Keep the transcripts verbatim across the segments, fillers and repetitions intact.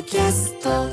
キャスト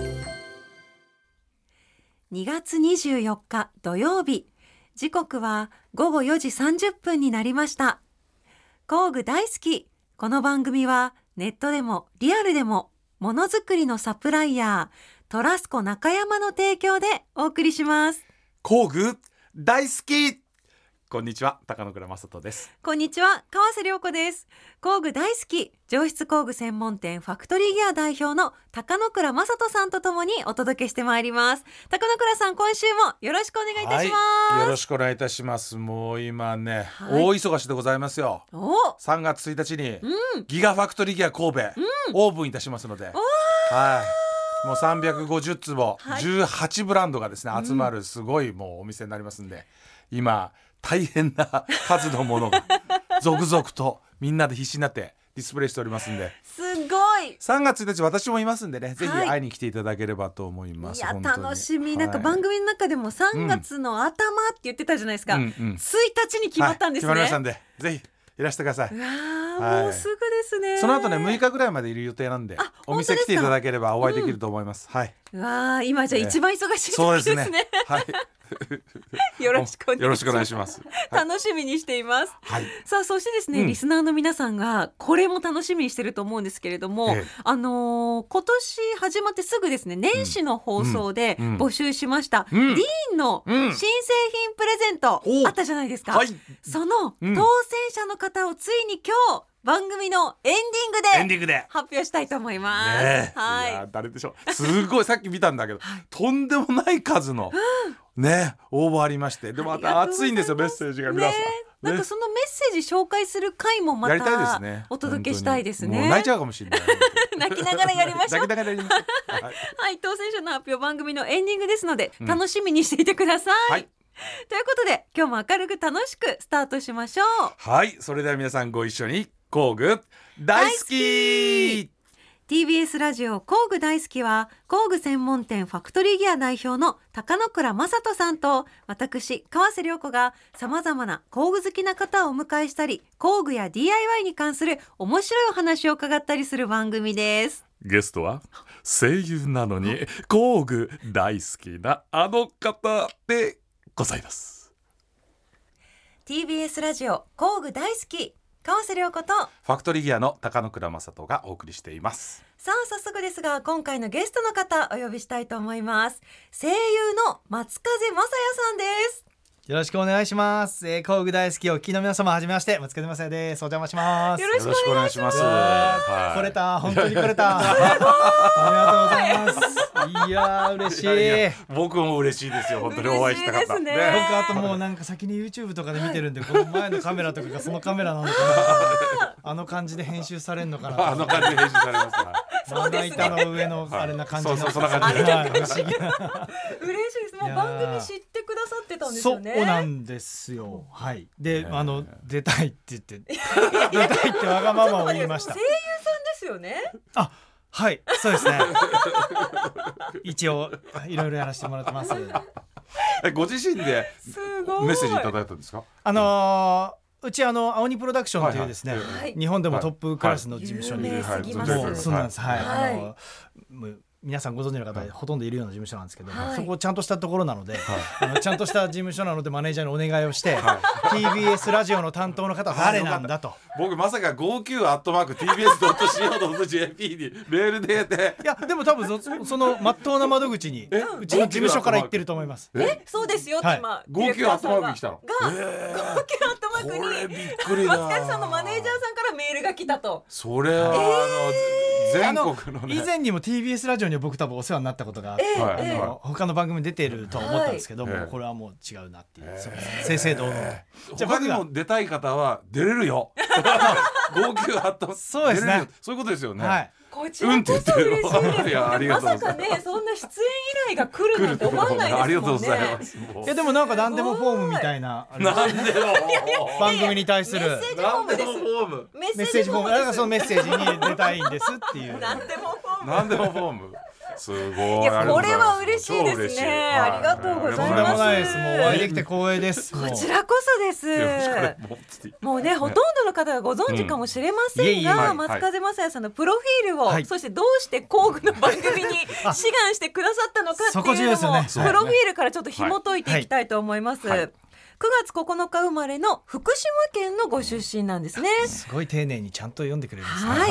にがつにじゅうよっか土曜日、時刻はごごよじさんじゅっぷんになりました。工具大好き。この番組はネットでもリアルでもものづくりのサプライヤートラスコ中山の提供でお送りします。 工具大好き。こんにちは、高野倉正人です。 こんにちは、川瀬良子です。工具大好き上質工具専門店ファクトリーギア代表の高野倉正人さんとともにお届けしてまいります。高野倉さん、今週もよろしくお願いいたします。 はい、よろしくお願いいたします。もう今ね、 はい、 大忙しでございますよ。 おさんがつついたちに、 うん、 ギガファクトリーギア神戸、うん、オープンいたしますので、はい、もうさんびゃくごじゅうつぼ、はい、じゅうはちブランドがですね集まるすごいもうお店になりますんで、うん、今大変な数のものが続々とみんなで必死になってディスプレイしておりますんで、 すごい。さんがつついたち私もいますんでね、ぜひはい、 会いに来ていただければと思います。 いや本当に楽しみ、 はい、 なんか番組の中でもさんがつの頭って言ってたじゃないですか、 うんうん、 ついたちに決まったんですね、 はい、決まりましたんで、ぜひいらしてください。 うわ、 はい、 もうすぐですね。 その後ねむいかぐらいまでいる予定なんで、お店来ていただければお会いできると思います、うん、はい。 うわ、今じゃ一番忙しい時ですね。 そうですね、はい、 よろしくお願いします。楽しみにしています、はい、さあそしてですね、うん、リスナーの皆さんがこれも楽しみにしてると思うんですけれども、ええ、あのー、今年始まってすぐですね、年始の放送で募集しました、うんうん、ディーンの新製品プレゼント、うん、あったじゃないですか、はい、その当選者の方をついに今日番組のエンディングで発表したいと思います、ね、はい、いや誰でしょう。すごいさっき見たんだけど、はい、 とんでもない数の、うん、ね応募ありまして、でもまた熱いんですよメッセージが皆さん、ね、 なんかそのメッセージ紹介する回もまたお届けしたいですね。 もう泣いちゃうかもしれない泣きながらやりましょう。 泣きながらやりましょうはい、 はい、当選者の発表番組のエンディングですので、うん、楽しみにしていてください、はい、ということで今日も明るく楽しくスタートしましょう。 はい、それでは皆さんご一緒に工具大好き。 ティービーエス ラジオ工具大好きは工具専門店ファクトリーギア代表の高野倉正人さんと私川瀬良子がさまざまな工具好きな方をお迎えしたり、工具や ディーアイワイ に関する面白いお話を伺ったりする番組です。 ゲストは声優なのに工具大好きなあの方でございます。 ティービーエス ラジオ工具大好き、川瀬良子とファクトリーギアの高野倉正人がお送りしています。 さあ早速ですが、今回のゲストの方お呼びしたいと思います。声優の松風雅也さんです。 よろしくお願いします、えー、工具大好きお聞きの皆様、はじめまして、松風雅也です。お邪魔します。 よろしくお願いします。 はい、 来れた、本当に来れたありがとうございます。いやー嬉しい。いやいや僕も嬉しいですよ、本当にお会いしたかった、 ねね、 僕あともうなんか先に YouTube とかで見てるんで、この前のカメラとかがそのカメラなのかなあの感じで編集されるのかな。 あの感じで編集されますかまな板の上のあれな感じの、 はい、そうそうそんな感じで、 はい、不思議な嬉しいです。もう番組知ってくださってたんですよね。 そうなんですよ、はい。で、あの出たいって言って出たいってわがままを言いました。 声優さんですよね。 あ、はい、そうですね一応いろいろやらせてもらってますご自身でメッセージいただいたんですか。 あのー、うちあの青鬼プロダクションというですね、 はいはい、 日本でもトップクラスの事務所に、 はいはい、 もうそうなんです、はい、 はい、 あのー皆さんご存知の方、はい、ほとんどいるような事務所なんですけど、 はい、 そこちゃんとしたところなので、はい、あのちゃんとした事務所なのでマネージャーにお願いをして、はい、ティービーエス ラジオの担当の方は誰なんだと、 僕まさか ごじゅうきゅう アットマーク ティービーエス ドット シーオー ドット ジェーピー にメールでて、 いやでも多分 そ, その真っ当な窓口にうちの事務所から言ってると思います。 え、そうですよって今、はい、 ごじゅうきゅう アットマークに来たのが、えー、ごじゅうきゅうアットマークにこれびっくりだ。 松風さんのマネージャーさんからメールが来たと。 それは、えー、あの全国のね、 以前にも ティービーエス ラジオには僕多分お世話になったことがあって、 えーあのえー、 他の番組に出てると思ったんですけども、 はい、 これはもう違うなっていう、えー、正々堂々、えー、じゃあ他にも出たい方は出れるよごじゅうきゅうあったそうですね、 そういうことですよね、 はい、こちらこそ嬉しいです。 いやありがとうございます。 まさかねそんな出演依頼が来るなんて思わないですもんね。 ありがとうございます。 いやでもなんか何でもフォームみたいな、 何でも番組に対するメッセージフォームです。 メッセージフォーム、だからそのメッセージに出たいんですっていう。 何でもフォーム。 何でもフォーム。 すごい。 いやこれは嬉しいですね。ありがとうございます。 とんでもないです。もうお会いできて光栄です。 こちらこそです。もうねほとんどの方がご存知かもしれませんが、松風雅也さんのプロフィールを、はい、そしてどうして工具の番組に志願してくださったのかっていうのも、ね、プロフィールからちょっと紐解いていきたいと思います。はいはい、くがつここのか生まれの福島県のご出身なんですね。 すごい丁寧にちゃんと読んでくれるんですね。 はい、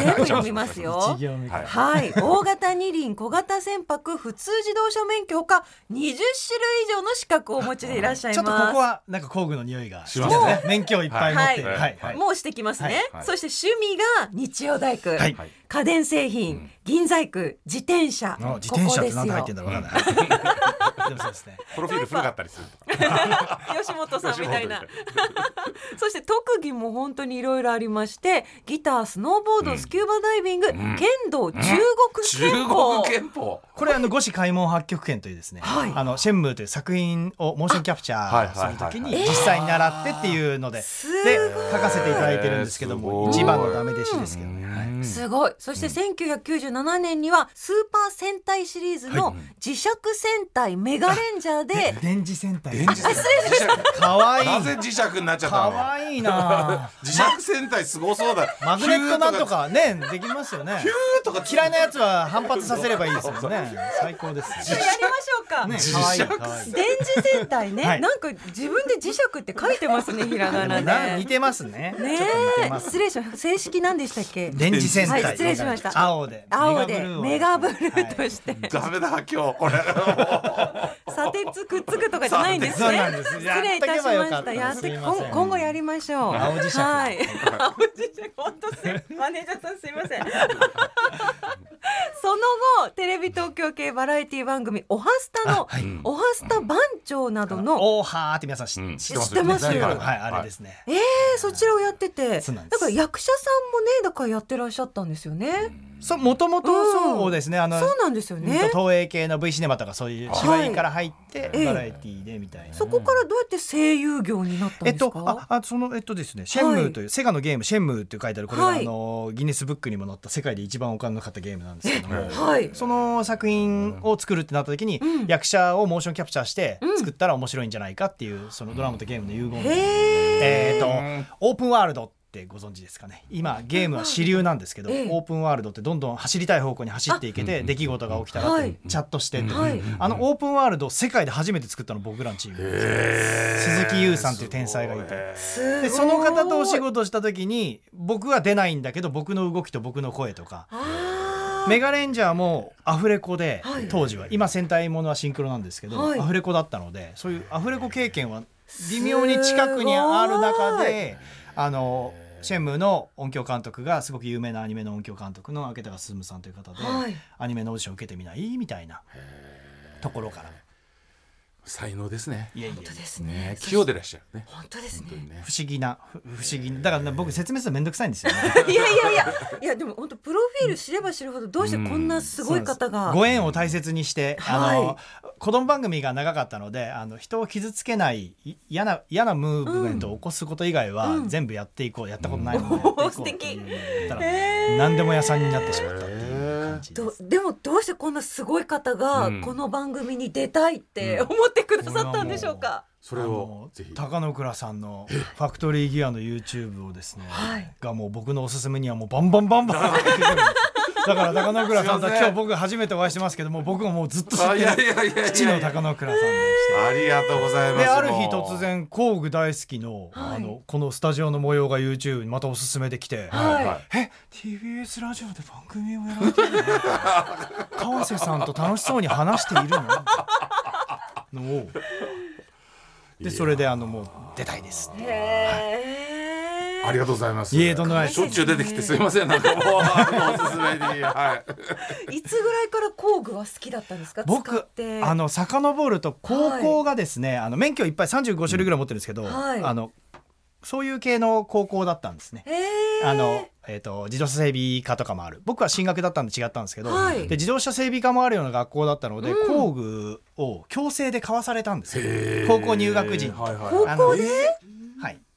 全部読みますよ。はい、大型二輪小型船舶普通自動車免許かにじゅっしゅるい以上の資格をお持ちでいらっしゃいます。 ちょっとここはなんか工具の匂いがしますね。免許をいっぱい持っている。はいはいはい、 もうしてきますね。はい、そして趣味が日曜大工、はい、家電製品、うん、銀細工、自転車。 自転車って何で入ってんだろうわかんない。でもそうですね。 プロフィール古かったりすると吉本さんみたいなそして特技も本当にいろいろありまして、ギター、スノーボード、スキューバダイビング、うん、剣道、中国拳法、 中国拳法これあの五指開門八極拳というですね、はい、あのシェンムーという作品をモーションキャプチャーするときに実際に習ってっていうので、で書かせていただいてるんですけども、一番のダメ弟子ですけどね。はい、 すごい。そしてせんきゅうひゃくきゅうじゅうななねんにはスーパー戦隊シリーズの磁石戦隊メガレンジャーで電磁戦隊、 電磁戦隊かわいい。 なぜ磁石になっちゃったの。 かわいいな。 磁石戦隊すごそうだ。 マグネットなんとかねできますよね。 ヒューとか嫌いなやつは反発させればいいですよね。最高です。 やりましょうか。 ね、かわいいかわいい。 電磁戦隊ね、はい、なんか自分で磁石って書いてますね、ひらがなで。 似てますね。 ねえ、失礼しました。正式なんでしたっけ。 電磁戦隊。 はい、失礼しました。 青で青でメガブルーとして。 ダメだ今日これ。 砂鉄くっつくとかじゃないんですね。失礼いたしました。やって今後やりましょう。 青磁石。 はい。青磁石本当すマネージャーさんすいません。その後テレビ東京系バラエティ番組おはスタの、はい、おはスタ番長などのおはーって皆さん知ってますよ。 はい、あれですね。 えー、そちらをやってて、だから役者さんもねだからやってらっしゃったんですよね。 そう、もともとそうですね、あのそうなんですよね。 東映系の V シネマとかそういう芝居から入ってバラエティでみたいな。 そこからどうやって声優業になったんですか。 えっとああそのえっとですね、シェンムーというセガのゲームシェンムーって書いてあるこれはあのギネスブックにも載った世界で一番お金のかかったゲームなんですけども、その作品を作るってなった時に役者をモーションキャプチャーして作ったら面白いんじゃないかっていうそのドラマとゲームの融合で、えっとオープンワールドってご存知ですかね。今ゲームは主流なんですけど、ええ、オープンワールドってどんどん走りたい方向に走っていけて、出来事が起きたらチャットしてと、はい、あのオープンワールドを世界で初めて作ったの僕らのチームです。鈴木優さんという天才がいて、でその方とお仕事した時に僕は出ないんだけど僕の動きと僕の声とか、メガレンジャーもアフレコで、はい、当時は今戦隊ものはシンクロなんですけど、はい、アフレコだったのでそういうアフレコ経験は微妙に近くにある中で、あのシェンムーの音響監督がすごく有名なアニメの音響監督の明高進さんという方で、はい、アニメのオーディションを受けてみないみたいなところから。 才能ですね。 いやいや本当ですね。 器用でいらっしゃるね。 本当ですね。 不思議な不思議なだから、ね、僕説明するのめんどくさいんですよね。 いやいやいやいやでも本当プロフィール知れば知るほどどうしてこんなすごい方が、 うん、ご縁を大切にして、あの、はい、子供番組が長かったのであの人を傷つけない嫌な嫌なムーブメントを起こすこと以外は、うん、全部やっていこうやったことないのでやっていこうって言ったら、うん、何でも屋さんになってしまったっていう感じです。 でもどうしてこんなすごい方がこの番組に出たいって思ってくださったんでしょうか。 それをぜひ高野倉さんのファクトリーギアの YouTube をですね、はい、がもう僕のおすすめにはもうバンバンバンバンだから高野倉さんと今日僕初めてお会いしてますけども、僕ももうずっと知ってる父の高野倉さんでした。 ありがとうございます。 である日突然工具大好き の,、はい、あのこのスタジオの模様が YouTube にまたおすすめできて、はい、え ティービーエス ラジオで番組をやられてるの川瀬さんと楽しそうに話しているののをでそれであのもう出たいです。 へー、はい、ありがとうございます。 いえとんでもないです。 しょっちゅう出てきてすいませんなんかもうおすすめに、はい、 いつぐらいから工具は好きだったんですか。 僕あの遡ると高校がですね、はい、あの免許いっぱいさんじゅうご種類ぐらい持ってるんですけど、うんはい、あのそういう系の高校だったんですね。あのえー、と自動車整備科とかもある。僕は進学だったんで違ったんですけど、はい、で自動車整備科もあるような学校だったので、うん、工具を強制で買わされたんですよ高校入学時に。 はいはい、高校で、 はい、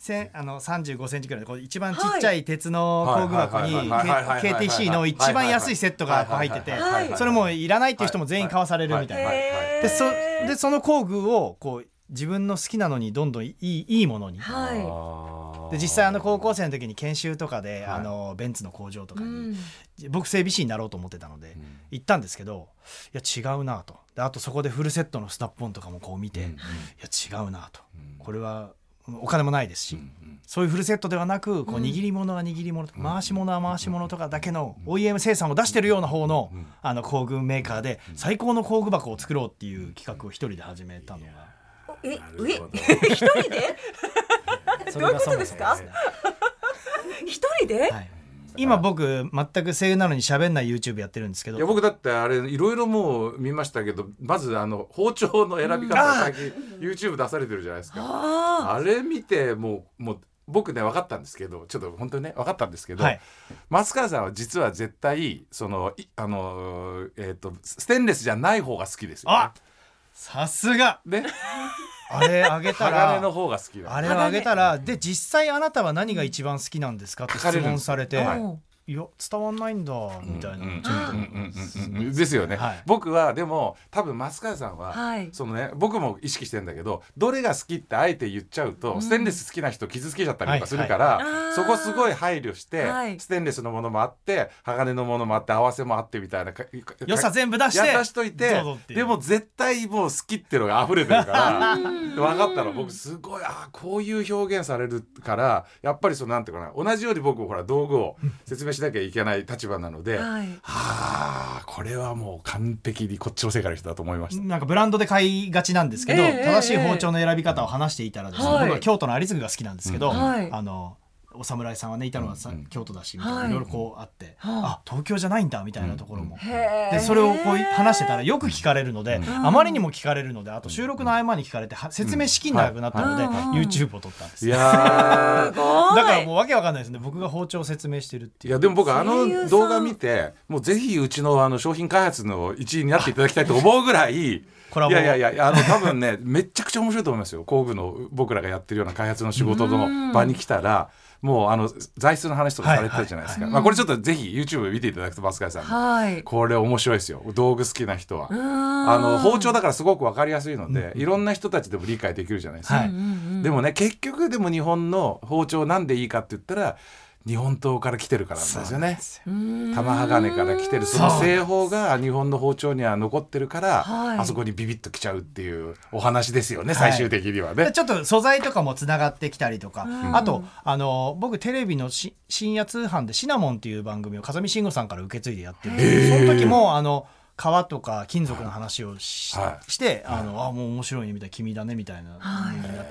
せあのさんじゅうごセンチくらいのこう一番ちっちゃい鉄の工具箱に ケーティーシー の一番安いセットがこう入ってて、それもいらないっていう人も全員買わされるみたいな。で そ, でその工具をこう自分の好きなのにどんどんいい、いいものに、はい、で実際あの高校生の時に研修とかで、はい、あのベンツの工場とかに、うん、僕整備士になろうと思ってたので、うん、行ったんですけど、いや違うなと。であとそこでフルセットのスタッポンとかもこう見て、うん、いや違うなと、うん、これはお金もないですし、うんうん、そういうフルセットではなくこう握り物は握り物とか、うん、回し物は回し物とかだけの オーイーエム 生産を出してるような方の、うん、あの工具メーカーで最高の工具箱を作ろうっていう企画を一人で始めたのが、 ええ一人でどういうことですか？一人で、はい、 今僕全く声優なのに喋んない YouTube やってるんですけど、 いや僕だってあれいろいろもう見ましたけど、まずあの包丁の選び方が最近 YouTube 出されてるじゃないですか。あ, あれ見てもうもう僕ね分かったんですけど、ちょっと本当にね分かったんですけど、はい、松川さんは実は絶対そのあの、えー、とステンレスじゃない方が好きですよね。 あ、さすがねあれあげたら鋼の方が好きだ。 あれをあげたら、で実際あなたは何が一番好きなんですかって質問されて、はい、いや伝わんないんだみたいな、 ですよね、はい、僕はでも多分松川さんは、はい、そのね、僕も意識してるんだけど、どれが好きってあえて言っちゃうと、うん、ステンレス好きな人傷つけちゃったりとかするから、はいはい、そこすごい配慮して、はい、ステンレスのものもあって鋼のものもあって合わせもあってみたいな良さ全部出して出しといて、でも絶対もう好きっていうのが溢れてるから分かったの。僕すごいあこういう表現されるからやっぱりそのなんていうかな、同じように僕もほら道具を説明しなきゃいけない立場なので、はい、はあこれはもう完璧にこっちの世界の人だと思いました。 なんかブランドで買いがちなんですけど、えー、正しい包丁の選び方を話していたらですね、はい、僕は京都の有継が好きなんですけど、うんはい、あのお侍さんはねいたのはさ、うん、京都だしみたいな、はい、いろいろこうあって、はあ、あ東京じゃないんだみたいなところも、うん、でそれをこう話してたらよく聞かれるので、うん、あまりにも聞かれるので、あと収録の合間に聞かれて説明しきんなくなったので、うんはい、YouTube を撮ったんです。 いやだからもうわけわかんないですね、僕が包丁を説明してるっていう。 いやでも僕あの動画見てもうぜひうち の, あの商品開発の一員になっていただきたいと思うぐらいいやいやいやあの多分ねめちゃくちゃ面白いと思いますよ。工具の僕らがやってるような開発の仕事の場に来たらもうあの材質の話とかされてるじゃないですか、はいはいはい、まあ、これちょっとぜひ YouTube 見ていただくと松川さんに、はい、これ面白いですよ。道具好きな人はあの包丁だからすごく分かりやすいので、うん、いろんな人たちでも理解できるじゃないですか、はい、でもね結局でも日本の包丁なんでいいかって言ったら日本刀から来てるからなんですよね。玉鋼から来てるその製法が日本の包丁には残ってるから、はい、あそこにビビッときちゃうっていうお話ですよね、最終的にはね、 はい、ちょっと素材とかもつながってきたりとか、あとあの僕テレビのし深夜通販でシナモンっていう番組を風見慎吾さんから受け継いでやってるんで、その時もあの革とか金属の話を し,、はい、してあのあもう面白いねみたいな君だねみたいな、はい、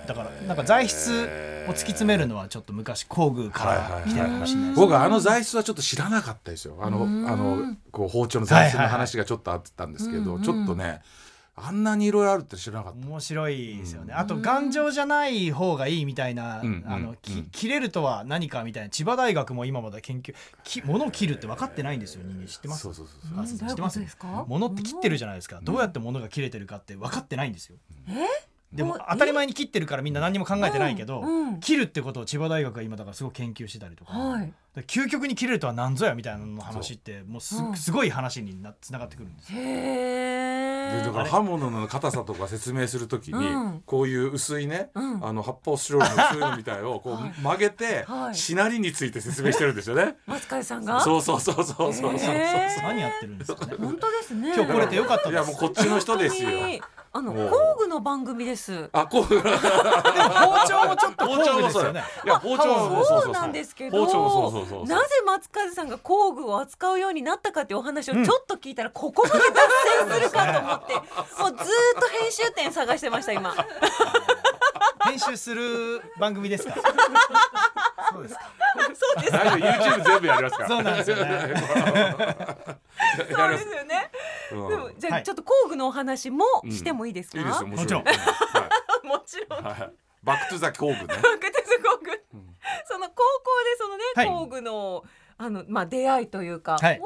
だからなんか材質を突き詰めるのはちょっと昔工具から来てるかもしれないです、ね、 僕はあの材質はちょっと知らなかったですよ。あのあのこう包丁の材質の話がちょっとあったんですけど、はいはいはい、ちょっとねあんなにいろいろあるって知らなかった。 面白いですよね、うん、あと頑丈じゃない方がいいみたいな、うん、あの、うん、切れるとは何かみたいな、千葉大学も今まで研究き物を切るって分かってないんですよ。人間知ってます？ そうそうそうそう、 知ってます？物って切ってるじゃないですか、どうやって物が切れてるかって分かってないんですよ、うん、えでも当たり前に切ってるからみんな何も考えてないけど、うんうん、切るってことを千葉大学が今だからすごい研究してたりとか、はい、究極に切れるとは何ぞやみたいなの話ってもう す,、うん、すごい話になつながってくるんですよ。 へでだから刃物の硬さとか説明するときに、うん、こういう薄いね、うん、あの発泡スチロールの薄いのみたいをこう曲げて、はい、しなりについて説明してるんですよね松川さんがそうそうそうそうそうそうそう何やってるんですかね本当ですね。 今日来れてよかったです。 いやもうこっちの人ですよ。 あの工具の番組です。 あ、工具。包丁もちょっと工具ですよね。 いや包丁もそうなんですけど、包丁もそうそうそう。なぜ松風さんが工具を扱うようになったかっていうお話をちょっと聞いたら、ここまで脱線するかと思って、もうずっと編集点探してました今。 編集する番組ですか。そうですか。 そうですか。 YouTube 全部やりますから。 そうなんですよね。 そうですよね。でもじゃあちょっと工具のお話もしてもいいですか？ いいですよ、 もちろん。 もちろん。 バックトゥザ工具ね。 バックトゥザ工具。その高校でそのね工具のあのまあ出会いというか、本当もっ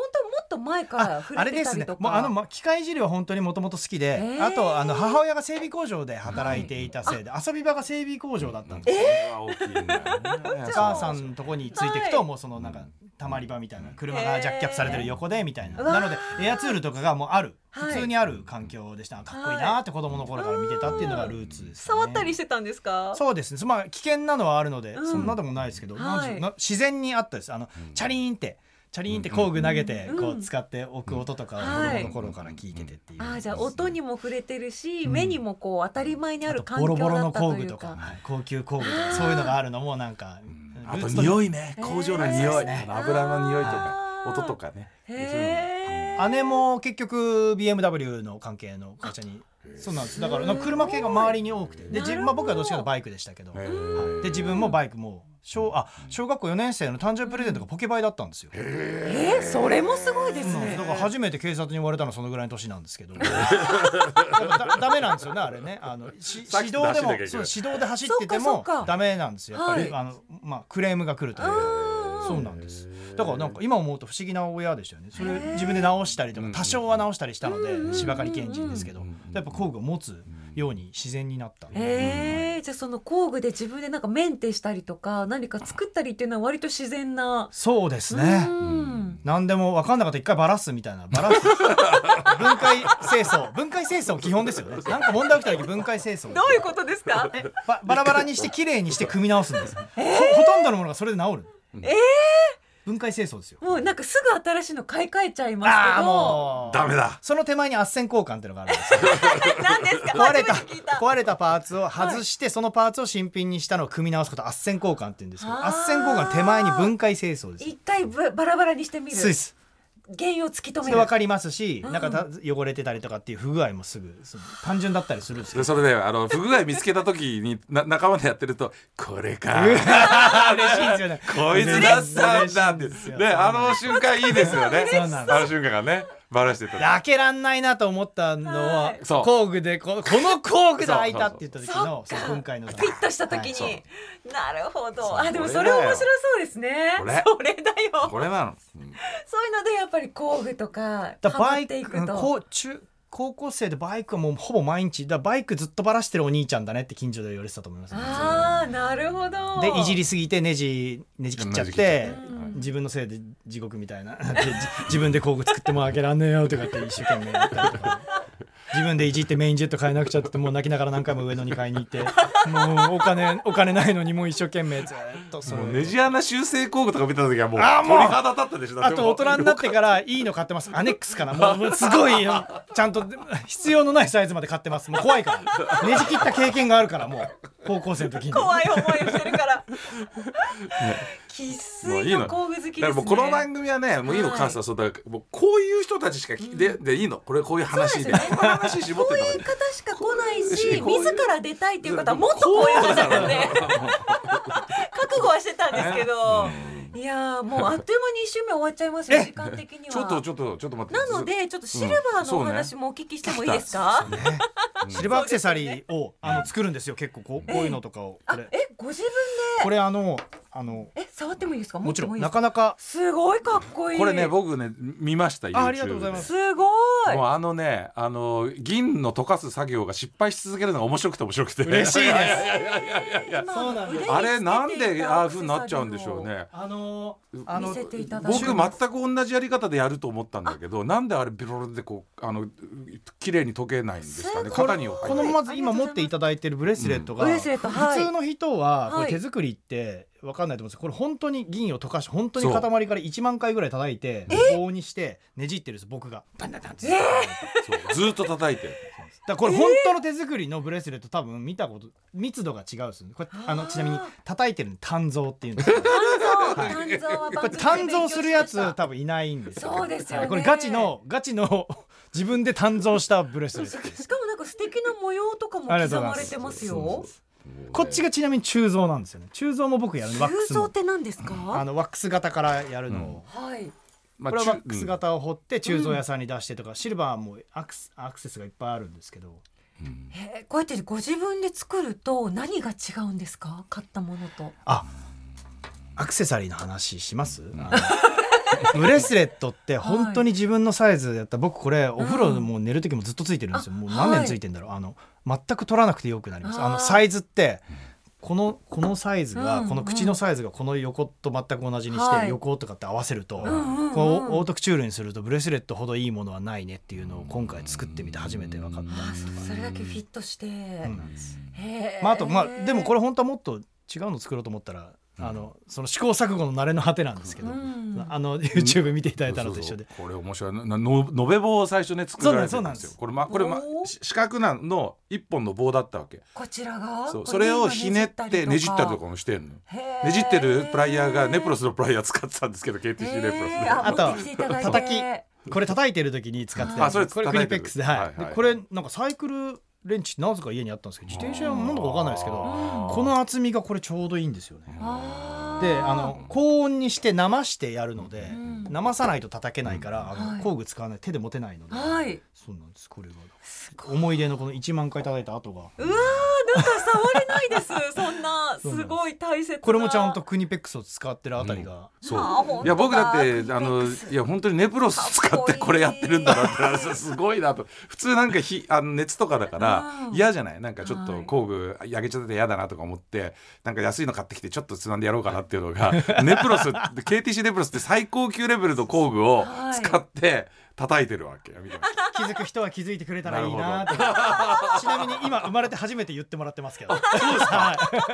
っと前から触れてたりとか。 あ, あれですね、もうあの機械いじりは本当にもともと好きで、えー、あとあの母親が整備工場で働いていたせいで、はい、遊び場が整備工場だったんですよ、 えー、大きいんだよね。 お母さんのとこについていくと、はい、もうそのなんかたまり場みたいな、車がジャッキアップされてる横でみたいな、なのでエアツールとかがもうある、普通にある環境でした。かっこいいなって子供の頃から見てたっていうのがルーツです、ね、 触ったりしてたんですか？ そうですね、まあ危険なのはあるので、うん、そんなでもないですけど、はい、なん自然にあったです。あの、うん、チャリーンってチャリーンって工具投げてこう使っておく音とかを子供の頃から聞いててっていう、 はい、あじゃあ音にも触れてるし、うん、目にもこう当たり前にある環境だったというか、 ボロボロの工具とか、はい、高級工具とかそういうのがあるのもなんか、うん、 あと匂いね、工場の匂い、ね、油の匂いとか音とかね。 へ姉も結局 ビーエムダブリュー の関係の会社に、そうなんです。だから車系が周りに多くて、で自分、まあ、僕はどっちかというとバイクでしたけど、はい、で自分もバイクも小, あ小学校よねん生の誕生日プレゼントがポケバイだったんですよ。 えー、それもすごいですね。 だから初めて警察に言われたのはそのぐらいの年なんですけどだダメなんですよね、あれね。あのし指導でもそう指導で走っててもダメなんですよ、やっぱり、はい、あのまあ、クレームが来るという。そうなんです。だからなんか今思うと不思議な親でしたよね。それ自分で直したりとか多少は直したりしたので、芝刈り検事ですけど、やっぱ工具を持つように自然になったんで。 へー、じゃあその工具で自分でなんかメンテしたりとか何か作ったりっていうのは割と自然な。 そうですね、うん、何でも分かんなかったら一回バラすみたいな、バラす分解清掃分解清掃基本ですよね。なんか問題起きた時分解清掃。 どういうことですか？ えババラバラにしてきれいにして組み直すんです、えー、ほ, ほとんどのものがそれで治る。 えー分解清掃ですよ。 もうなんかすぐ新しいの買い替えちゃいますけど、 あもうダメだ。 その手前に斡旋交換っていうのがあるんですよ何ですか？ 壊れた壊れたパーツを外して、はい、そのパーツを新品にしたのを組み直すことを斡旋交換って言うんですけど、斡旋交換手前に分解清掃です。 一回バラバラにしてみる。 そうです。 原因を突き止める。 分かりますし、うん、なんかた汚れてたりとかっていう不具合もすぐ単純だったりするんですけど、 それであの不具合見つけた時にな仲間でやってるとこれか嬉しいですよねこいつだったんだってね、あの瞬間いいですよねあの瞬間がねバラしてた。 開けらんないなと思ったのは、はい、工具で こ, この工具で開いたって言った時のその分解のピッとした時に、はい、なるほど。あでもそれ面白そうですね。 これそれだよ。 これなの、うん、 そういうのでやっぱり工具とかハマっていくと、 こう中高校生でバイクはもうほぼ毎日だ、バイクずっとバラしてるお兄ちゃんだねって近所で言われてたと思います、ね、 あーなるほど。 でいじりすぎてネジネジ切っちゃって、うん、自分のせいで地獄みたいな自分で工具作っても開けらんねえよとかって一生懸命やったりとか自分でいじってメインジェット買えなくちゃってもう泣きながら何回も上野に買いに行ってもうお金お金ないのにもう一生懸命ずっとそのネジ穴修正工具とか見た時はもう鳥肌立ったでしょ。 あと大人になってからいいの買ってます。アネックスかな、もうすごいちゃんと必要のないサイズまで買ってます。もう怖いからねじ切った経験があるから、もう高校生の時に怖い思いをしてるから生粋の工具好きですね。 だからもうこの番組はねもういいの関西はそうだからもうこういう人たちしか聞いて、うん、でいいのこれこういう話で、ね、こういう話絞ってたこういう方しか来ないし自ら出たいっていう方はもっとこういう方だよね覚悟はしてたんですけど、いやもうあっという間に一周目終わっちゃいますよ時間的には。 ちょっとちょっとちょっと待って。 なのでちょっとシルバーのお話もお聞きしてもいいですか？ ねうん、シルバーアクセサリーをあの作るんですよ結構こう、こういうのとかをこれえご自分でこれあのあのえ触ってもいいですか？ もちろんなかなかすごいかっこいい。 これね僕ね見ました。 あ, ありがとうございます。 すごい。 もうあのねあの銀の溶かす作業が失敗し続けるのが面白くて面白くて嬉しいです。いやいやいやいやそうなんです。あれなんでああいう風になっちゃうんでしょうね。 あのあの僕全く同じやり方でやると思ったんだけど、なんであれビロロでこうあの綺麗に溶けないんですかね。 型にこのまず今持っていただいているブレスレットが、うん、普通の人はこれ手作りって分かんないと思うんですけど、これ本当に銀を溶かして本当に塊からいちまんかいぐらい叩いて棒にしてねじってるんです僕が。バンバンバンってずっと叩いて。 だからこれ本当の手作りのブレスレット多分見たこと密度が違うですよね。これあのちなみに叩いてるの単造っていうんですけど単造はこれ単造するやつ多分いないんですよ。 そうですよね。 これガチのガチの自分で単造したブレスレット。 しかもなんか素敵な模様とかも刻まれてますよ。 こっちがちなみに鋳造なんですよね。鋳造も僕やるの。 鋳造って何ですか？ あのワックス型からやるのを、 うん、はい。 これはワックス型を彫って鋳造屋さんに出してとか、うん、シルバーもアクス、アクセスがいっぱいあるんですけど、 うん、へこうやってご自分で作ると何が違うんですか？買ったものと。 あ、アクセサリーの話します？ ブレスレットって本当に自分のサイズやったら、僕これお風呂も寝る時もずっとついてるんですよ。もう何年ついてんだろう。あの全く取らなくてよくなります。あのサイズってこのこのサイズが、この口のサイズがこの横と全く同じにして横とかって合わせると、このオートクチュールにするとブレスレットほどいいものはないねっていうのを今回作ってみて初めて分かったんです。 それだけフィットして、 まあ、あとまあでもこれ本当はもっと違うの作ろうと思ったら、あのその試行錯誤の慣れの果てなんですけど、うん、あの YouTube 見ていただいたのと一緒で、 そうそうそう、これ面白いなの延べ棒を最初ね作られてるんですよ。これ、ま、これ、ま、四角なの一本の棒だったわけ。 こちらがそ, それをひねってねじったりとかもしてんの。ねじってるプライヤーがネプロスのプライヤー使ってたんですけど ケーティーシー ネプロスで、 あと叩きこれ叩いてる時に使ってたんですよ。これクニペックスで、はいはいはい、でこれなんかサイクルレンチなぜか家にあったんですけど、自転車は何だか分かんないですけど、この厚みがこれちょうどいいんですよね。であの高温にして生してやるので、うん、生さないと叩けないから、うん、あの工具使わない手で持てないので、はい、そうなんです。これが思い出のこのいちまんかい叩いた跡が、 うわーなんか触れないですそんなすごい大切な。 これもちゃんとクニペックスを使ってるあたりが、うん、 そういや僕だってあのいや本当にネプロス使ってこれやってるんだなってすごいなと。普通なんかひあの熱とかだから嫌じゃない、なんかちょっと工具焼けちゃって嫌だなとか思って、なんか安いの買ってきてちょっとつまんでやろうかなっていうのがネプロス ケーティーシー ネプロスって最高級レベルの工具を使って叩いてるわけよ。 気づく人は気づいてくれたらいいなってちなみに今生まれて初めて言ってもらってますけどそうです、はい、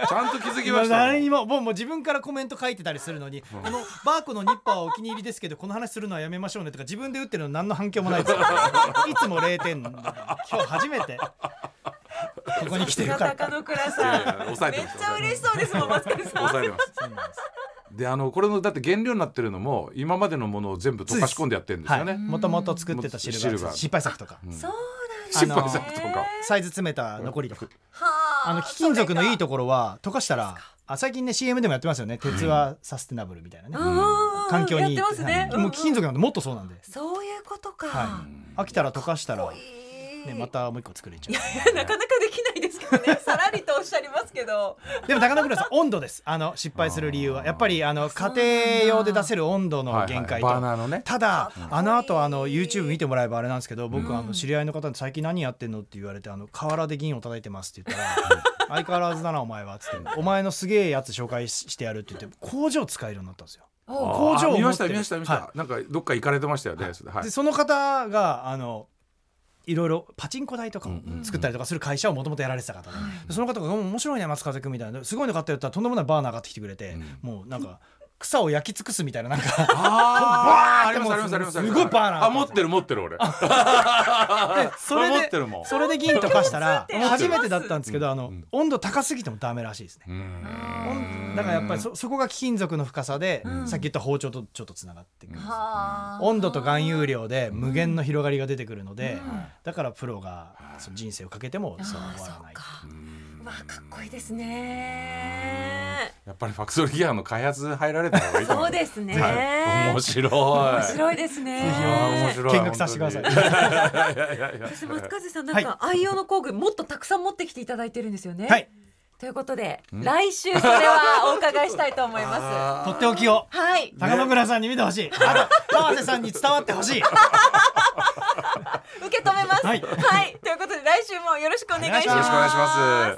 ちゃんと気づきました。 何にももう自分からコメント書いてたりするのに、うん、このバーコのニッパーはお気に入りですけどこの話するのはやめましょうねとか自分で打ってるの何の反響もないですいつもれいてん、今日初めてここに来てるから。 高野倉さんめっちゃ嬉しそうですもん、松谷さん。 抑えてます。そうなんです。であのこれのだって原料になってるのも今までのものを全部溶かし込んでやってるんですよね。 もともと作ってたシルバー失敗作とか、 うん、そう失敗作とかサイズ詰めた残りとか、あの貴金属のいいところは溶かしたら、あ最近ね シーエム でもやってますよね。鉄はサステナブルみたいなね、うん、環境にいい、ね、もう貴金属なんてもっとそうなんで、 そういうことか、 はい、飽きたら溶かしたらね、またもう一個作れちゃう。いやなかなかできないですけどねさらりとおっしゃりますけどでも高野倉さん温度です。あの失敗する理由はやっぱりあの家庭用で出せる温度の限界と、 はいはい、バーナーのね。 ただあの後あの YouTube 見てもらえばあれなんですけど、僕、うん、あの知り合いの方に最近何やってんのって言われて、あの河原で銀を叩いてますって言ったら相変わらずだなお前はっつって、お前のすげえやつ紹介してやるって言って工場使えるようになったんですよ。 工場を見ました見ました見ました、はい、なんかどっか行かれてましたよね、はい、 でその方があのいろいろパチンコ台とかを作ったりとかする会社をもともとやられてた方で、うんうん、その方が面白いね松風君みたいな、すごいの買ってやったらとんでもないバーナー上がってきてくれて、うん、もうなんか草を焼き尽くすみたいな、なんかあーありますありますありますすごいバーナーあ持ってる持ってる俺それで持ってるもん。それで銀溶かしたら初めてだったんですけど、あの、うん、温度高すぎてもダメらしいですね。うんだからやっぱり そ, そこが貴金属の深さで、うん、さっき言った包丁とちょっとつながってくるんです、うん、温度と含有量で無限の広がりが出てくるので、うん、だからプロがその人生をかけてもそう終わらない。 わあかっこいいですね。 やっぱりファクトリーギアの開発入られた方がいいと思う。 そうですね、 はい、面白い面白いですね。 ぜひ見学させてください。 そして松風さんなんか愛用の工具もっとたくさん持ってきていただいてるんですよね。 はい、 ということで来週それはお伺いしたいと思います。 とっておきを、 はい、 高野倉さんに見てほしい、あと川瀬さんに伝わってほしい受け止めます、はいはい、ということで来週もよろしくお願いします。 よろしくお願いします。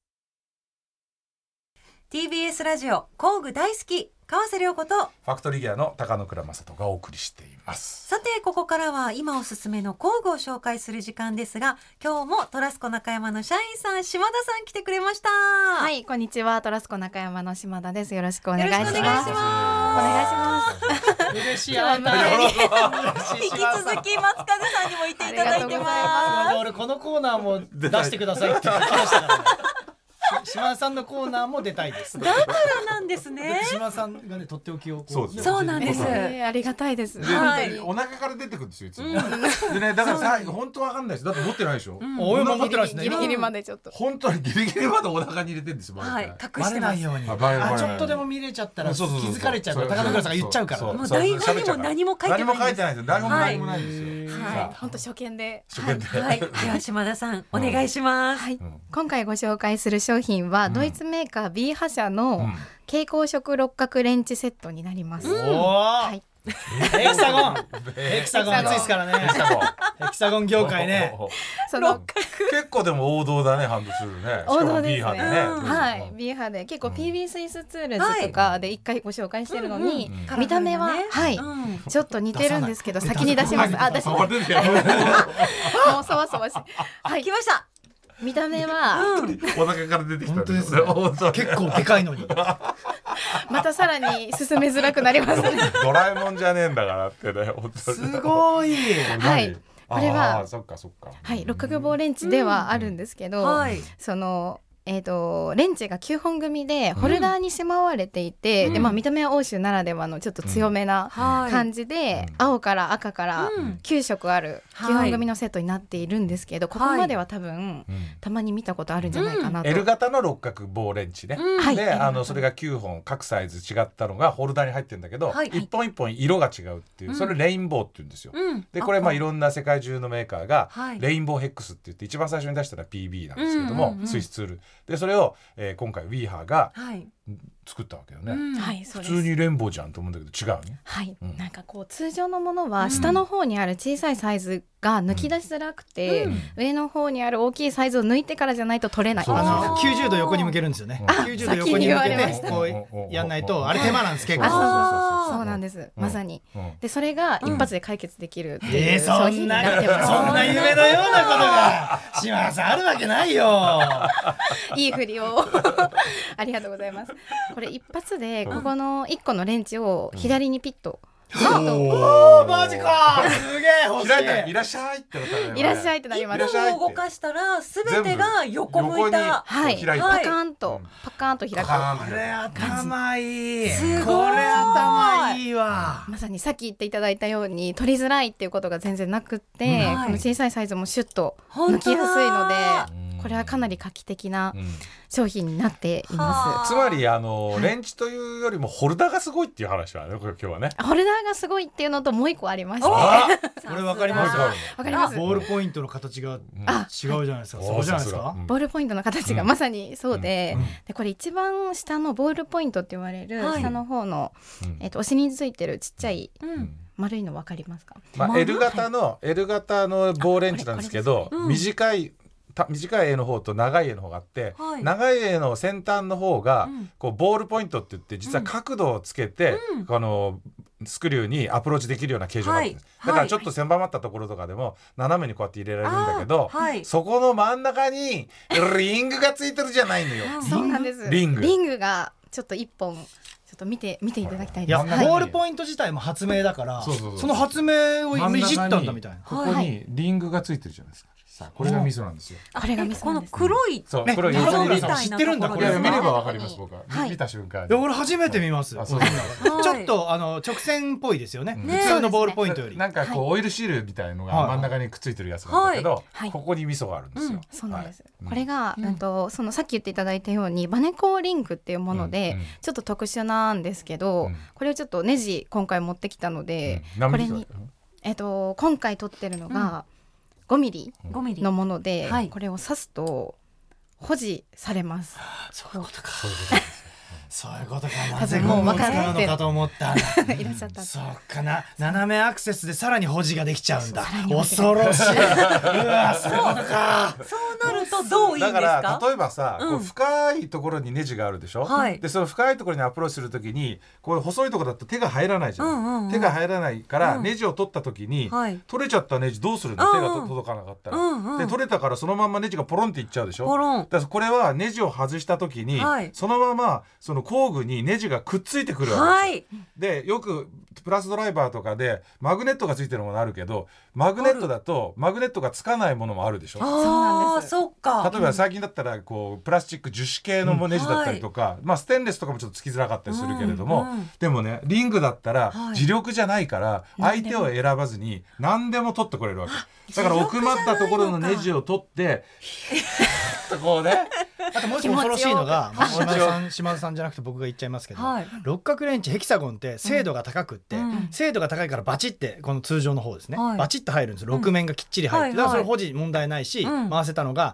ティービーエス ラジオ工具大好き川瀬良子とファクトリーギアの高野倉正人がお送りしています。 さてここからは今おすすめの工具を紹介する時間ですが、今日もトラスコ中山の社員さん島田さん来てくれました。 はい、こんにちは。トラスコ中山の島田です。よろしくお願いします。お願いします嬉しいあ引き続き松風さんにもいていただいてます。 俺このコーナーも出してくださいって言ってましたからね島田さんのコーナーも出たいです。 だからなんですね。 島田さんがねとっておきをそうです。そうなんです、 えー、ありがたいです。 はい、お腹から出てくるんですよいつも、うん、でねだからさ本当わかんないです。だって持ってないでしょ、うん、 俺も持ってないですね。 ギリギリまでちょっと本当にギリギリまでお腹に入れてるんですよ。 はい、隠してます。 バレないように。あちょっとでも見れちゃったら気づかれちゃうから高野倉さんが言っちゃうから。 もう台本にも何も書いてないんです。何も書いてないです。台本も何もないですよ。 はい、本当初見で。 初見で。 はい、では島田さんお願いします。 はい、今回ご紹介する商品はドイツメーカー B 波社の蛍光色六角レンチセットになります、うんはい、 ヘキサゴンヘキサゴン熱いですからね。ヘキサゴン業界ね。 その結構でも王道だね、ハンドツールね。 王道ですね。 しかも B 波でね。 はい、B 波で結構 ピービー スイスツールズとかで一回ご紹介してるのに、見た目ははいちょっと似てるんですけど、先に出します。あ、出します。もうそわそわし。 はい、来ました。 見た目はお腹から出てきた。 本当ですね。結構でかいのに。 またさらに進めづらくなりますね。 ドラえもんじゃねえんだからってね。 すごい。 はい。これはそっかそっか。 はい、六角棒レンチではあるんですけど、その。えー、とレンチがきゅうほん組でホルダーにしまわれていて、うんでまあ、見た目は欧州ならではのちょっと強めな感じで、うん、青から赤からきゅうしょくあるきゅうほん組のセットになっているんですけど、はい、ここまでは多分、はい、たまに見たことあるんじゃないかなと、 うん、L 型の六角棒レンチね、うん、であのそれがきゅうほん各サイズ違ったのがホルダーに入ってるんだけど、はい、一本一本色が違うっていう、それレインボーって言うんですよ、うん、でこれまあいろんな世界中のメーカーがレインボーヘックスって言って一番最初に出したのは ピービー なんですけども、うんうんうん、スイスツールでそれをえー、今回ウィーハーが作ったわけよね、うんはい、普通にレンボーじゃんと思うんだけど違うね、 はいうん、なんかこう通常のものは下の方にある小さいサイズが抜き出しづらくて、うん、上の方にある大きいサイズを抜いてからじゃないと取れない。 あのきゅうじゅうど横に向けるんですよね。きゅうじゅうど横に向けてこうやんないとあれ手間なんです結構。 そうなんです、まさに、うん、でそれが一発で解決できるっていう商品になってます、 そんなそんな夢のようなことが島田さんあるわけないよ。 いい振りをありがとうございます。これ一発でここのいっこのレンチを左にピッと、 うん、おーマジかすげえ欲しい。 いらっしゃいっていらっしゃいってなります。 一歩動かしたらすべてが横向いた、 はい、パカーンと、うん、パカーンと開く。 これ頭いい。これ頭いいわ。 まさにさっき言っていただいたように取りづらいっていうことが全然なくって、うんはい、この小さいサイズもシュッと抜きやすいので、これはかなり画期的な商品になっています、 うん、つまりあの、はい、レンチというよりもホルダーがすごいっていう話はね、今日はねホルダーがすごいっていうのともう一個ありまして、 これわかりますわかります。 ボールポイントの形が違うじゃないですか。そうじゃないですか。 ボールポイントの形がまさにそうで、うんうん、でこれ一番下のボールポイントって言われる下の方の、はい、えーと、お尻についてるちっちゃい、うん丸いの分かりますか。 まあ、L 型の、はい、L 型の棒レンチなんですけど、ねうん、短い短い絵の方と長い絵の方があって、はい、長い絵の先端の方が、うん、こうボールポイントって言って実は角度をつけて、うん、このスクリューにアプローチできるような形状になってるんです、はい、だからちょっと狭まったところとかでも斜めにこうやって入れられるんだけど、はい、そこの真ん中にリングがついてるじゃないのよ。 そうなんです。 リングリングがちょっと一本ちょっと見て見ていただきたいです。 いや、はい、ボールポイント自体も発明だから、そうそうそう、その発明をいじったんだみたいな。 ここにリングがついてるじゃないですか。さあこれがミソなんですよ。 これがミソこの黒い、 そう、黒い横に知ってるんだ。これ見ればわかります。僕は見た瞬間。 いや俺初めて見ます。ちょっとあの直線っぽいですよね。普通のボールポイントより。 なんかこうオイルシールみたいのが真ん中にくっついてるやつなんだけど、ここにミソがあるんですよ。 そうなんです。これがうんとそのさっき言っていただいたようにバネコーリングっていうものでちょっと特殊なんですけど、これをちょっとネジ今回持ってきたので、これにえっと今回取ってるのがごミリのもので、はい、これを刺すと保持されます。 そういうことか。そういうことか。なぜゴムを使うのかと思ったいらっしゃった。 そうかな。斜めアクセスでさらに保持ができちゃうんだ。恐ろしい。うわ、そういうことか。 そうなるとどういいんですか。 だから例えばさ、うん、こう深いところにネジがあるでしょ、はい、でその深いところにアプローチするときにこう細いところだと手が入らないじゃん、うんうんうん、手が入らないから、うん、ネジを取ったときに、はい、取れちゃったネジどうするの、うんうん、手が届かなかったら、うんうん、で取れたからそのままネジがポロンっていっちゃうでしょ。ポロン。だからこれはネジを外したときに、はい、そのままその工具にネジがくっついてくるわけです、はい、でよくプラスドライバーとかでマグネットがついてるものあるけどマグネットだとマグネットがつかないものもあるでしょ。 そうなんです。そっか。 例えば最近だったらこうプラスチック樹脂系のネジだったりとか、うんはい、まあ、ステンレスとかもちょっとつきづらかったりするけれども、うんうん、でもねリングだったら磁力じゃないから相手を選ばずに何でも取ってくれるわけだから奥まったところのネジを取ってこうね。 あともう一つ恐ろしいのが島田さん、島田さんじゃなくて僕が言っちゃいますけど、はい、六角レンチヘキサゴンって精度が高くって、うん、精度が高いからバチってこの通常の方ですね、はい、バチッと入るんです。ろく面がきっちり入って、うん、だからそれ保持問題ないし、うん、回せたのが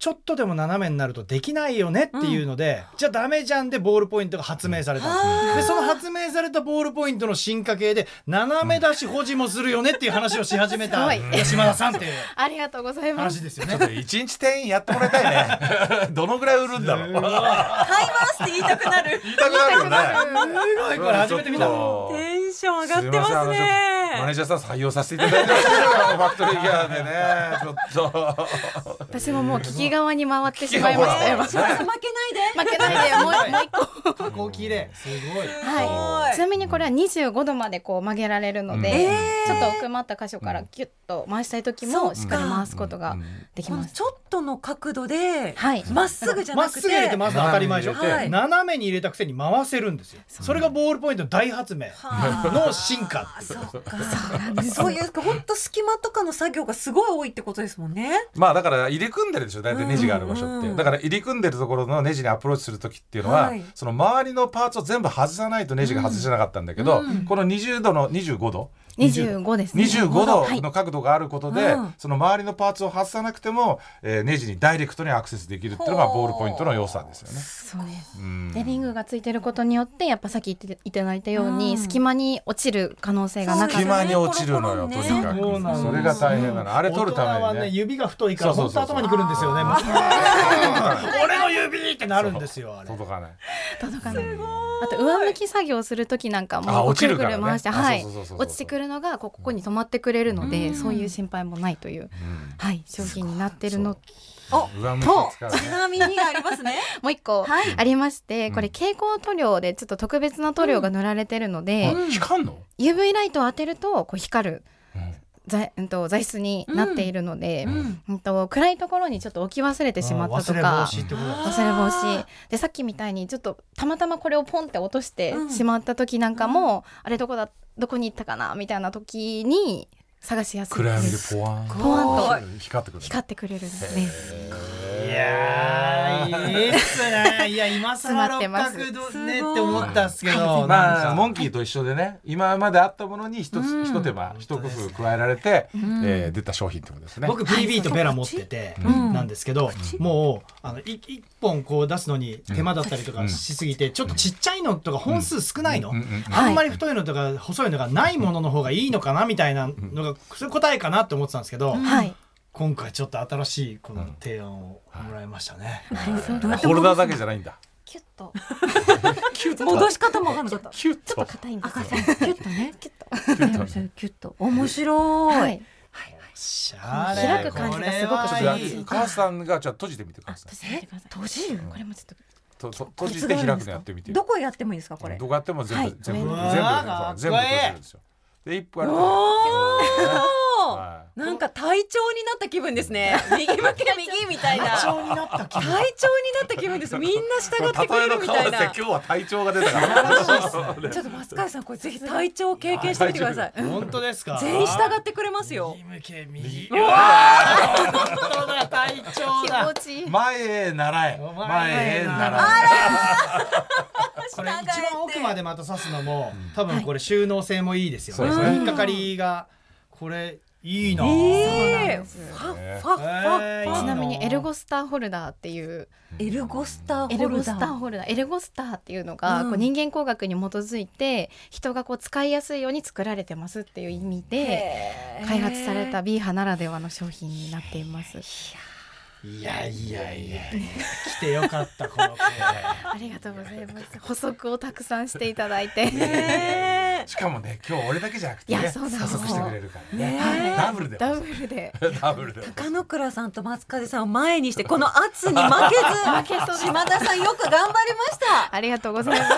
ちょっとでも斜めになるとできないよねっていうので、うん、じゃあダメじゃんでボールポイントが発明されたんです、うん、でその発明されたボールポイントの進化系で斜め出し保持もするよねっていう話をし始めた島田さんっていうありがとうございます話ですよね。 ちょっと一日店員やってもらいたいねどのぐらい売るんだろう買いますって言いたくなる言いたくなるよねすごいこれ初めて見たテンション上がってますね。 マネージャーさん採用させていただいてますよファクトリーギアでねちょっと私ももう聞き側に回ってしまいましたよ。 負けないで負けないでもう一個こう綺麗すごい、 はい、ちなみにこれはにじゅうごどまでこう曲げられるので、うん、ちょっと奥まった箇所からギュッと回したい時もしっかり回すことができます。 ちょっとの角度でまっすぐじゃなくてまっすぐ入れて回すの当たり前でしょ、はい、斜めに入れたくせに回せるんですよ。それがボールポイントの大発明の進化そうかそういう本当隙間とかの作業がすごい多いってことですもんね。 まあだから入り組んでるでしょ大体ネジがある場所って、うんうん、だから入り組んでるところのネジにアプローチする時っていうのは、はい、その周りのパーツを全部外さないとネジが外せなかったんだけど、うん、このにじゅうどのにじゅうごどにじゅうごですね。 にじゅうごどの角度があることで、はい、その周りのパーツを外さなくても、えー、ネジにダイレクトにアクセスできるっていうのがボールポイントの良さですよね。 そうです、うん、でリングがついてることによってやっぱさっき言っていただいたように、うん、隙間に落ちる可能性がなかった。 隙間に落ちるのよとにかく そ, それが大変なの。あれ取るためにね、大人はね指が太いから本当頭にくるんですよね。俺の指ってなるんですよ。あれ届かない届かない。あと上向き作業する時なんかも落ちるからね、 回して、はい、落ちてくるのがここに止まってくれるので、うん、そういう心配もないという、うん、はい、商品になってるのと、 ちなみにありますねもう一個ありまして、はい、これ蛍光塗料でちょっと特別な塗料が塗られてるので、 うん、光るのユーブイ ライトを当てるとこう光る、うん材, 材質になっているので、うんうん、と暗いところにちょっと置き忘れてしまったとか、 忘れ防止ってことだ。 忘れ防止でさっきみたいにちょっとたまたまこれをポンって落としてしまった時なんかも、うん、あれどこだどこに行ったかなみたいな時に探しやすいです。 暗闇でポワンポワンと光ってくる光ってくれるんです。 いやーいいっすね。いや今更六角度ねって思ったんですけど、 まあモンキーと一緒でね、今まであったものに一つ、うん、一手間一工夫加えられて、うんえー、出た商品ってことですね。 僕プリビートベラ持ってて、うん、なんですけど、うん、もうあの一本こう出すのに手間だったりとかしすぎて、うん、ちょっとちっちゃいのとか本数少ないの、うんうんうん、あんまり太いのとか細いのがないものの方がいいのかなみたいなのがそれ答えかなって思ってたんですけど、 はい今回ちょっと新しいこの提案をもらいましたね、 うんはい、ホルダーだけじゃないんだ。 キュッとキュッと戻し方もわかんなかった。 キュッとちょっと硬いんですよ。 キュッとねキュッとキュッと面白い、はい、 開く感じがすごくいい。 母さんがじゃあ閉じてみてください。 閉じるこれもちょっとと閉じて開くのやってみて。 どこやってもいいですかこれ。 どこやっても全部、はい、全部全部全部閉じるんですよ。で一歩やると、 はい、なんか隊長になった気分ですね。右向け右みたいな隊長になった気分。 隊長になった気分です。みんな従ってくれるみたいな。 今日は隊長が出たからちょっと松川さんこれぜひ隊長経験してみてください。 本当ですか。 全員従ってくれますよ。 右向け右。うわー本当だ隊長だ。 気持ちいい。 前へ習え前へ習え。 これ一番奥までまた刺すのも多分これ収納性もいいですよね。引っかかりがこれいいな、 えー、そうなんです。ファッファッファッファ。ちなみにエルゴスターホルダーっていうエルゴスターホルダーエルゴスターホルダーエルゴスターっていうのが、うん、こう人間工学に基づいて人がこう使いやすいように作られてますっていう意味で開発された ビー 波ならではの商品になっています。 いやいやいや来てよかったこの子。 ありがとうございます。補足をたくさんしていただいて、 ね、しかもね今日俺だけじゃなくてね補足してくれるからね、ねダブルでダブルでダブルで高野倉さんと松風さんを前にしてこの圧に負けず負けそう島田さんよく頑張りました。 ありがとうございます。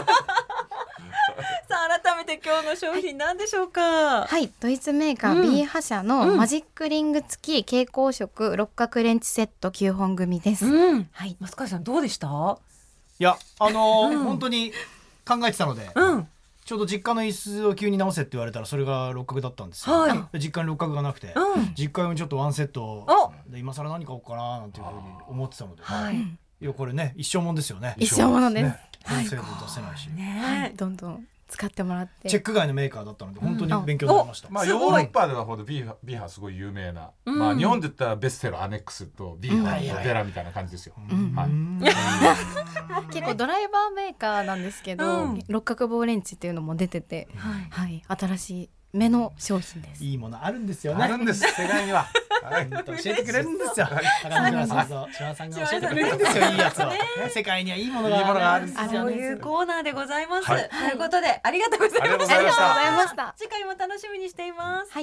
さあ改めて今日の商品何でしょうか。 はい、ドイツメーカー ビー 波社のマジックリング付き蛍光色六角レンチセットきゅうほん組です、 うん、はい、松川さんどうでした？ いやあのーうん、本当に考えてたので、 うん、 ちょうど実家の椅子を急に直せって言われたらそれが六角だったんですよ、 はい、 で実家に六角がなくて、 うん、 実家用にちょっとワンセットで今更何買おうかななんていうふうに思ってたので、 はい、 いやこれね一生もんですよね。 一生ものです、ね、 完成度出せないし、 ねはい、どんどん使ってもらって、 チェック外のメーカーだったので本当に勉強になりました、 うん、まあ、ヨーロッパではほどビーハビーハすごい有名な、うん、まあ、日本で言ったらベステロアネックスとビーハとデラみたいな感じですよ、うんはい、 結構ドライバーメーカーなんですけど、うん、六角棒レンチっていうのも出てて、はいはい、新しい目の商品です。 いいものあるんですよね。 あるんです、世界には。 はい、教えてくれるんですよ。高野さんと島さんが教えてくれるんですよ。いいやつを。世界にはいいものがあるんですよ。 そういうコーナーでございます。ということでありがとうございました。 ありがとうございました。 次回も楽しみにしています。 はい。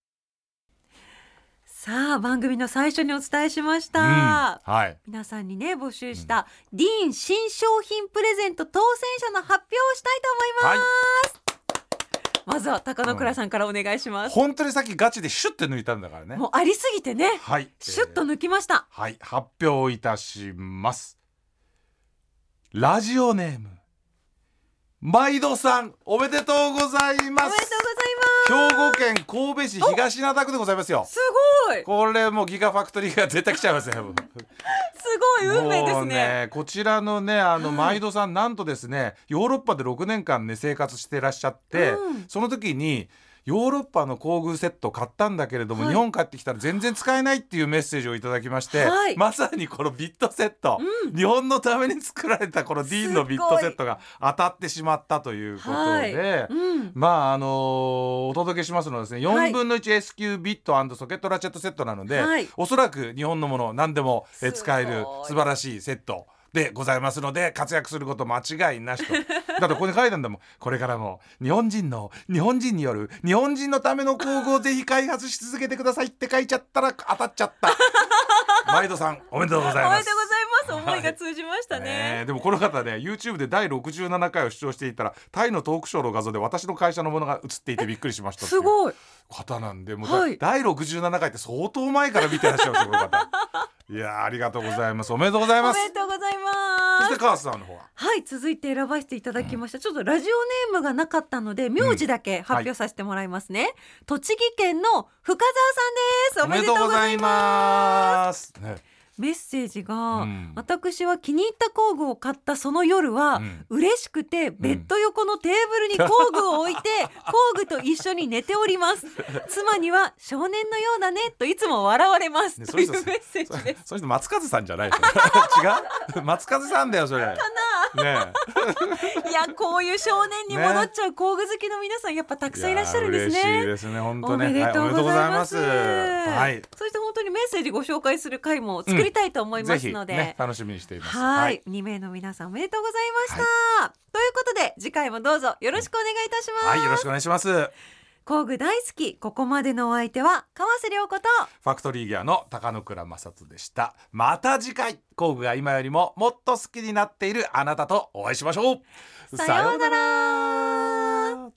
さあ番組の最初にお伝えしました、うんはい、皆さんにね募集した、うん、ディーン新商品プレゼント当選者の発表をしたいと思います、はいまずは高野倉さんからお願いします、 うん、本当にさっきガチでシュッて抜いたんだからね。 もうありすぎてね、はい、シュッと抜きました、 えー、はい発表いたします。ラジオネーム毎度さんおめでとうございます。おめでとうございます。兵庫県神戸市東灘区でございますよ。 すごい。 これもうギガファクトリーが絶対来ちゃいますねすごい運命です ね, ねこちらのねあの毎度さん、はい、なんとですねヨーロッパでろくねんかんね生活してらっしゃって、うん、その時にヨーロッパの工具セット買ったんだけれども、はい、日本帰ってきたら全然使えないっていうメッセージをいただきまして、はい、まさにこのビットセット、うん、日本のために作られたこのディーンのビットセットが当たってしまったということで、はいうん、まああのー、お届けしますのはですねよんぶんのいちエスキュー ビット&ソケットラチェットセットなので、はい、おそらく日本のもの何でも使える素晴らしいセットでございますので活躍すること間違いなしとだってここに書いてんだもん。これからも日本人の日本人による日本人のための工具をぜひ開発し続けてくださいって書いちゃったら当たっちゃった毎度さんおめでとうございます。 おめでとうございます。思いが通じましたね、 はいね、でもこの方ね YouTube でだいろくじゅうななかいを視聴していたらタイのトークショーの画像で私の会社のものが映っていてびっくりしましたすごい方なんでもう、はい、だいろくじゅうななかいって相当前から見てらっしゃるんですよこの方いやありがとうございます。おめでとうございます。 おめでとうございます。 そして川瀬さんの方ははい続いて選ばせていただきました、うん、ちょっとラジオネームがなかったので名字だけ発表させてもらいますね、うんはい、栃木県の深澤さんです。おめでとうございます。ねメッセージが、うん、私は気に入った工具を買ったその夜は、うん、嬉しくてベッド横のテーブルに工具を置いて、うん、工具と一緒に寝ております妻には少年のようだねといつも笑われます、ね、というメッセージです。 それ松風さんじゃない違う松風さんだよそれかな、ね、いやこういう少年に戻っちゃう工具好きの皆さんやっぱたくさんいらっしゃるんですね。 嬉しいですね本当ね。 おめでとうございます、 はい、 そして本当にメッセージご紹介する回も作りたいと思いますので、うんぜひね、楽しみにしています。 はい、はい、に名の皆さんおめでとうございました、はい、ということで次回もどうぞよろしくお願いいたします、 はいよろしくお願いします。 工具大好きここまでのお相手は川瀬良子とファクトリーギアの高野倉正人でした。また次回工具が今よりももっと好きになっているあなたとお会いしましょう。 さようなら。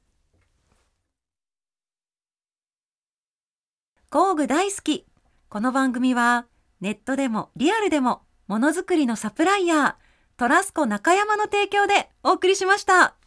工具大好きこの番組はネットでもリアルでもものづくりのサプライヤートラスコ中山の提供でお送りしました。